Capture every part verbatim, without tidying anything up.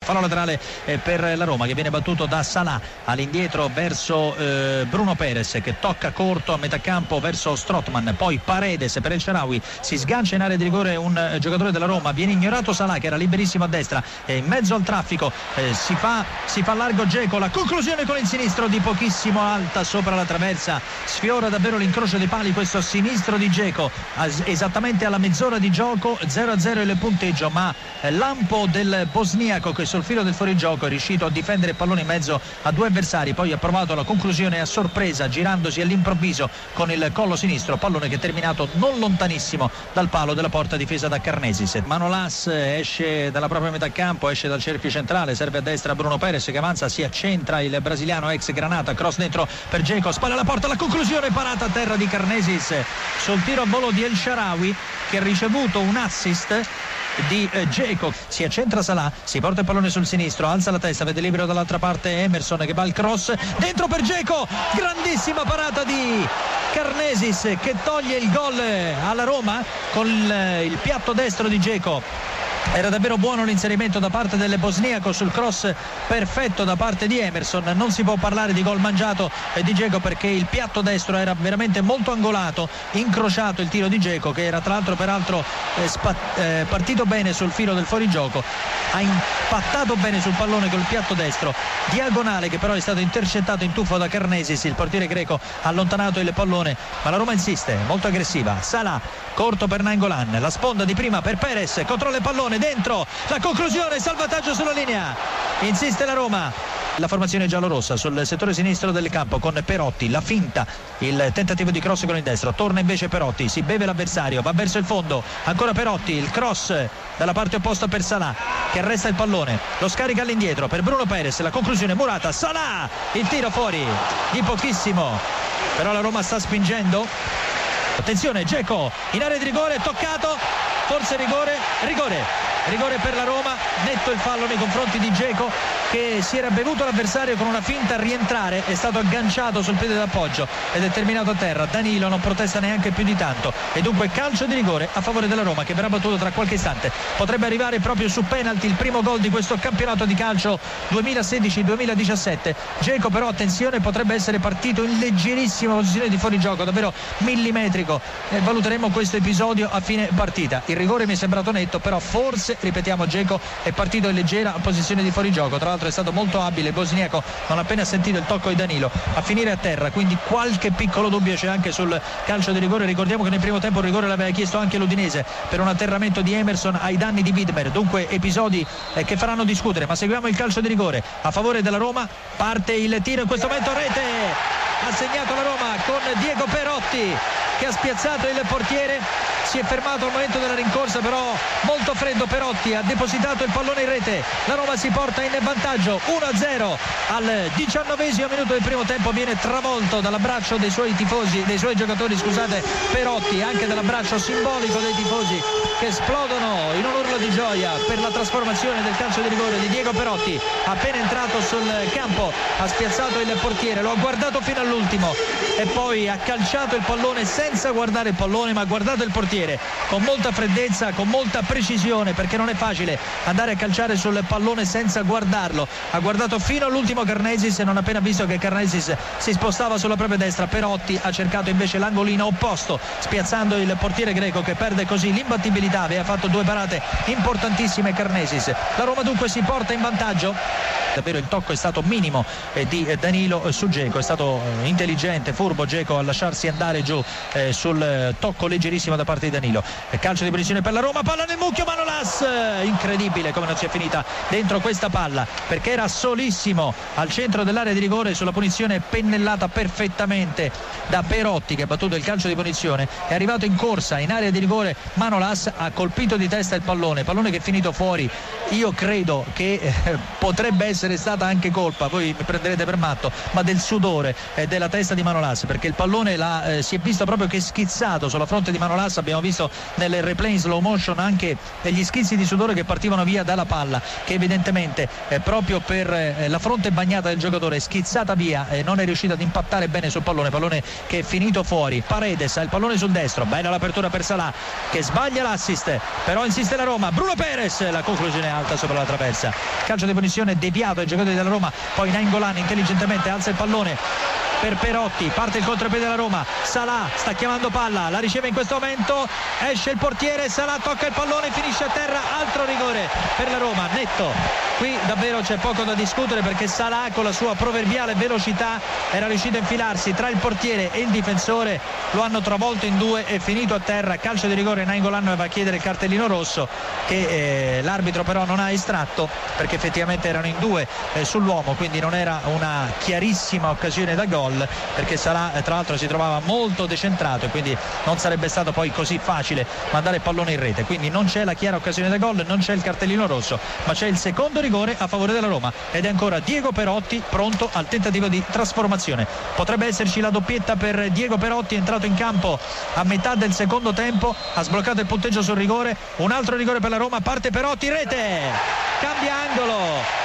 fallo laterale eh, per la Roma, che viene battuto da Salah all'indietro verso eh, Bruno Perez, che tocca corto a metà campo verso Strootman, poi Paredes per El Shaarawy, si sgancia in area di rigore un eh, giocatore della Roma, viene ignorato Salah che era liberissimo a destra, e in mezzo al traffico eh, si fa si fa largo Dzeko, la conclusione con il sinistro di pochissimo alta sopra la traversa, sfiora davvero l'incrocio dei pali questo sinistro di Dzeko esattamente alla mezz'ora di gioco. Zero a zero il punteggio, ma eh, lampo del bosniaco che sul filo del fuorigioco è riuscito a difendere il pallone in mezzo a due avversari, poi ha provato la conclusione a sorpresa girandosi all'improvviso con il collo sinistro, pallone che è terminato non lontanissimo dal palo della porta difesa da Karnesis. Manolas esce dalla propria metà campo, esce dal cerchio centrale, serve a destra Bruno Perez che avanza, si accentra il brasiliano ex Granata, cross dentro per Dzeko, spalla alla porta, la conclusione parata a terra di Karnesis sul tiro a volo di El Shaarawy, che ha ricevuto un assist di Dzeko. Si accentra Salah, si porta il pallone sul sinistro, alza la testa, vede libero dall'altra parte Emerson che va al cross dentro per Dzeko, grandissima parata di Karnesis che toglie il gol alla Roma con il, il piatto destro di Dzeko. Era davvero buono l'inserimento da parte del bosniaco sul cross perfetto da parte di Emerson. Non si può parlare di gol mangiato di Dzeko perché il piatto destro era veramente molto angolato, incrociato il tiro di Dzeko, che era tra l'altro peraltro eh, spa- eh, partito bene sul filo del fuorigioco, ha impattato bene sul pallone col piatto destro diagonale, che però è stato intercettato in tuffo da Karnesis. Il portiere greco ha allontanato il pallone, ma la Roma insiste, molto aggressiva. Salah corto per Nainggolan, la sponda di prima per Perez, controlla il pallone dentro, la conclusione, salvataggio sulla linea, insiste la Roma. La formazione giallorossa sul settore sinistro del campo con Perotti, la finta, il tentativo di cross con il destro, torna invece Perotti, si beve l'avversario, va verso il fondo, ancora Perotti, il cross dalla parte opposta per Salah che arresta il pallone, lo scarica all'indietro per Bruno Perez, la conclusione murata, Salah, il tiro fuori di pochissimo, però la Roma sta spingendo. Attenzione, Dzeko in area di rigore, toccato, forse rigore, rigore, rigore per la Roma, netto il fallo nei confronti di Dzeko che si era bevuto l'avversario con una finta a rientrare, è stato agganciato sul piede d'appoggio ed è terminato a terra. Danilo non protesta neanche più di tanto e dunque calcio di rigore a favore della Roma, che verrà battuto tra qualche istante. Potrebbe arrivare proprio su penalty il primo gol di questo campionato di calcio duemilasedici duemiladiciassette. Dzeko però, attenzione, potrebbe essere partito in leggerissima posizione di fuorigioco, davvero millimetrico, e valuteremo questo episodio a fine partita. Il rigore mi è sembrato netto, però forse, ripetiamo, Dzeko è partito in leggera posizione di fuorigioco. Tra l'altro è stato molto abile il bosniaco, non appena sentito il tocco di Danilo, a finire a terra, quindi qualche piccolo dubbio c'è anche sul calcio di rigore. Ricordiamo che nel primo tempo il rigore l'aveva chiesto anche l'Udinese per un atterramento di Emerson ai danni di Widmer, dunque episodi eh, che faranno discutere, ma seguiamo il calcio di rigore a favore della Roma. Parte il tiro, in questo momento rete, ha segnato la Roma con Diego Perotti che ha spiazzato il portiere, si è fermato al momento della rincorsa, però molto freddo Perotti, ha depositato il pallone in rete, la Roma si porta in vantaggio uno a zero al diciannovesimo minuto del primo tempo. Viene travolto dall'abbraccio dei suoi tifosi, dei suoi giocatori, scusate, Perotti, anche dall'abbraccio simbolico dei tifosi che esplodono in un urlo di gioia per la trasformazione del calcio di rigore di Diego Perotti. Appena entrato sul campo ha spiazzato il portiere, lo ha guardato fino all'ultimo e poi ha calciato il pallone senza guardare il pallone, ma ha guardato il portiere con molta freddezza, con molta precisione, perché non è facile andare a calciare sul pallone senza guardarlo. Ha guardato fino all'ultimo Karnesis e non appena visto che Karnesis si spostava sulla propria destra, Perotti ha cercato invece l'angolino opposto, spiazzando il portiere greco, che perde così l'imbattibilità. Aveva fatto due parate importantissime Karnesis. La Roma dunque si porta in vantaggio. Davvero il tocco è stato minimo eh, di eh, Danilo su Dzeko, è stato eh, intelligente, furbo Dzeko a lasciarsi andare giù eh, sul eh, tocco leggerissimo da parte di Danilo. Eh, calcio di punizione per la Roma, palla nel mucchio, Manolas, eh, incredibile come non sia finita dentro questa palla, perché era solissimo al centro dell'area di rigore. Sulla punizione pennellata perfettamente da Perotti, che ha battuto il calcio di punizione, è arrivato in corsa in area di rigore Manolas, ha colpito di testa il pallone, pallone che è finito fuori. Io credo che eh, potrebbe essere essere stata anche colpa, voi mi prenderete per matto, ma del sudore e della testa di Manolas, perché il pallone la, eh, si è visto proprio che schizzato sulla fronte di Manolas. Abbiamo visto nel replay in slow motion anche gli schizzi di sudore che partivano via dalla palla, che evidentemente eh, proprio per eh, la fronte bagnata del giocatore è schizzata via e eh, non è riuscita ad impattare bene sul pallone, pallone che è finito fuori. Paredes ha il pallone sul destro, bella l'apertura per Salah che sbaglia l'assist, però insiste la Roma. Bruno Perez, la conclusione alta sopra la traversa, calcio di punizione deviato ai giocatori della Roma. Poi Nainggolan intelligentemente alza il pallone per Perotti, parte il contropiede della Roma. Salah sta chiamando palla, la riceve in questo momento, esce il portiere, Salah tocca il pallone, finisce a terra, altro rigore per la Roma, netto. Qui davvero c'è poco da discutere, perché Salah con la sua proverbiale velocità era riuscito a infilarsi tra il portiere e il difensore, lo hanno travolto in due e finito a terra. Calcio di rigore. Nainggolan va a chiedere il cartellino rosso che eh, l'arbitro però non ha estratto, perché effettivamente erano in due eh, sull'uomo, quindi non era una chiarissima occasione da gol, perché Salah eh, tra l'altro si trovava molto decentrato e quindi non sarebbe stato poi così facile mandare il pallone in rete. Quindi non c'è la chiara occasione da gol, non c'è il cartellino rosso, ma c'è il secondo rigore a favore della Roma ed è ancora Diego Perotti pronto al tentativo di trasformazione. Potrebbe esserci la doppietta per Diego Perotti, entrato in campo a metà del secondo tempo, ha sbloccato il punteggio sul rigore. Un altro rigore per la Roma, parte Perotti, rete, cambia angolo,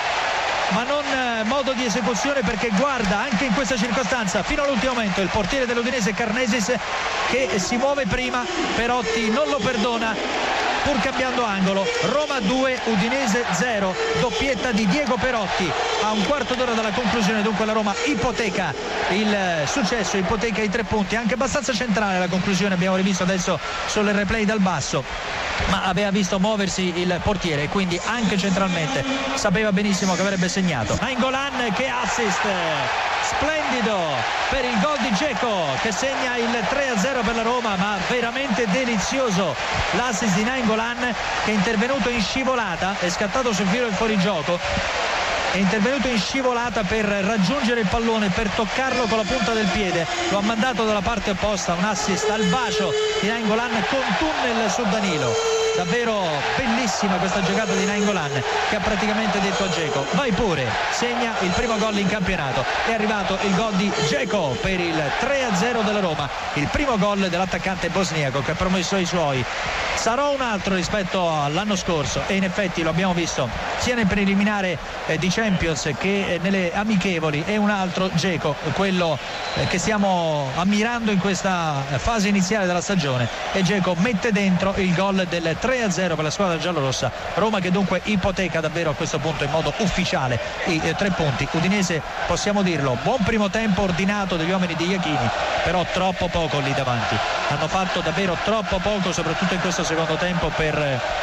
ma non modo di esecuzione, perché guarda anche in questa circostanza fino all'ultimo momento il portiere dell'Udinese Karnesis che si muove prima. Perotti non lo perdona, pur cambiando angolo. Roma due, Udinese zero, doppietta di Diego Perotti a un quarto d'ora dalla conclusione. Dunque la Roma ipoteca il successo, ipoteca i tre punti, anche abbastanza centrale la conclusione, abbiamo rivisto adesso sul replay dal basso, ma aveva visto muoversi il portiere e quindi anche centralmente sapeva benissimo che avrebbe segnato. Nainggolan, che assist splendido per il gol di Dzeko, che segna il tre a zero per la Roma, ma veramente delizioso l'assist di Nainggolan, che è intervenuto in scivolata, è scattato sul filo del fuorigioco, è intervenuto in scivolata per raggiungere il pallone, per toccarlo con la punta del piede, lo ha mandato dalla parte opposta, un assist al bacio di Nainggolan con tunnel su Danilo. Davvero bellissima questa giocata di Nainggolan, che ha praticamente detto a Dzeko vai pure, segna il primo gol in campionato. È arrivato il gol di Dzeko per il tre a zero della Roma, il primo gol dell'attaccante bosniaco che ha promesso ai suoi sarà un altro rispetto all'anno scorso, e in effetti lo abbiamo visto sia nel preliminare eh, di Champions che eh, nelle amichevoli. È un altro Dzeko, quello eh, che stiamo ammirando in questa fase iniziale della stagione, e Dzeko mette dentro il gol del tre a zero per la squadra giallorossa. Roma che dunque ipoteca davvero a questo punto in modo ufficiale i eh, tre punti. Udinese, possiamo dirlo, buon primo tempo ordinato degli uomini di Iachini, però troppo poco lì davanti, hanno fatto davvero troppo poco soprattutto in questo secondo tempo per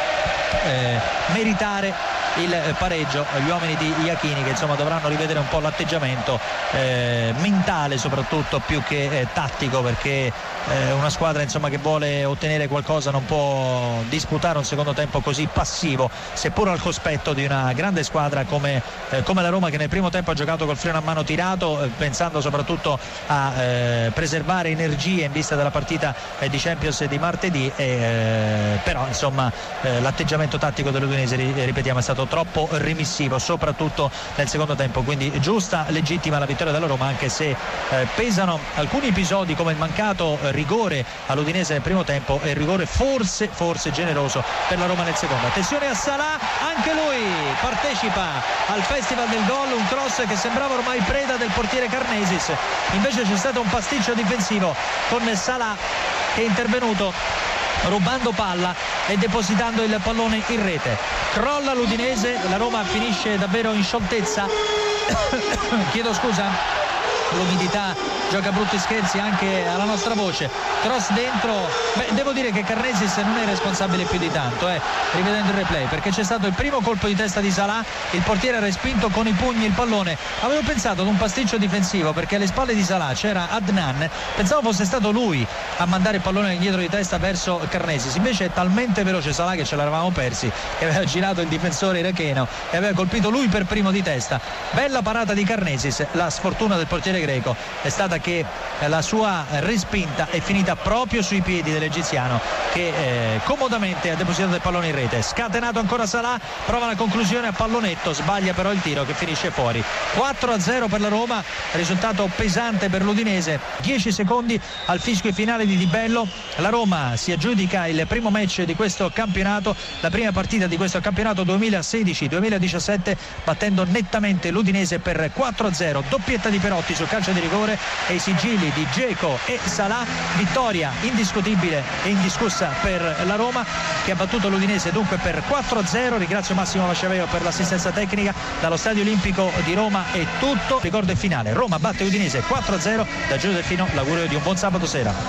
eh, meritare il pareggio. Gli uomini di Iachini che insomma dovranno rivedere un po' l'atteggiamento eh, mentale soprattutto più che eh, tattico, perché eh, una squadra insomma che vuole ottenere qualcosa non può disputare un secondo tempo così passivo, seppur al cospetto di una grande squadra come, eh, come la Roma, che nel primo tempo ha giocato col freno a mano tirato, eh, pensando soprattutto a eh, preservare energie in vista della partita eh, di Champions di martedì, e, eh, però insomma eh, l'atteggiamento tattico dell'Udinese, ripetiamo, è stato troppo remissivo soprattutto nel secondo tempo. Quindi giusta, legittima la vittoria della Roma, anche se eh, pesano alcuni episodi come il mancato eh, rigore all'Udinese nel primo tempo e il rigore forse forse generoso per la Roma nel secondo. Attenzione a Salah, anche lui partecipa al festival del gol, un cross che sembrava ormai preda del portiere Karnesis, invece c'è stato un pasticcio difensivo con Salah che è intervenuto rubando palla e depositando il pallone in rete. Crolla l'Udinese, la Roma finisce davvero in scioltezza. Chiedo scusa, l'umidità gioca brutti scherzi anche alla nostra voce. Cross dentro, beh, devo dire che Karnesis non è responsabile più di tanto eh, rivedendo il replay, perché c'è stato il primo colpo di testa di Salah, il portiere ha respinto con i pugni il pallone. Avevo pensato ad un pasticcio difensivo, perché alle spalle di Salah c'era Adnan, pensavo fosse stato lui a mandare il pallone indietro di testa verso Karnesis, invece è talmente veloce Salah che ce l'eravamo persi, che aveva girato il difensore iracheno e aveva colpito lui per primo di testa. Bella parata di Karnesis, la sfortuna del portiere greco è stata Guarda che la sua respinta è finita proprio sui piedi dell'egiziano che eh, comodamente ha depositato il pallone in rete. Scatenato ancora Salah, prova la conclusione a pallonetto, sbaglia però il tiro che finisce fuori. quattro a zero per la Roma, risultato pesante per l'Udinese. dieci secondi al fischio finale di Di Bello. La Roma si aggiudica il primo match di questo campionato, la prima partita di questo campionato duemilasedici duemiladiciassette, battendo nettamente l'Udinese per quattro a zero. Doppietta di Perotti sul calcio di rigore e i sigilli di Dzeko e Salah. Vittoria indiscutibile e indiscussa per la Roma, che ha battuto l'Udinese dunque per quattro a zero. Ringrazio Massimo Masciaveo per l'assistenza tecnica. Dallo Stadio Olimpico di Roma è tutto. Ricordo il finale: Roma batte Udinese quattro a zero. Da Giulio Delfino l'augurio di un buon sabato sera.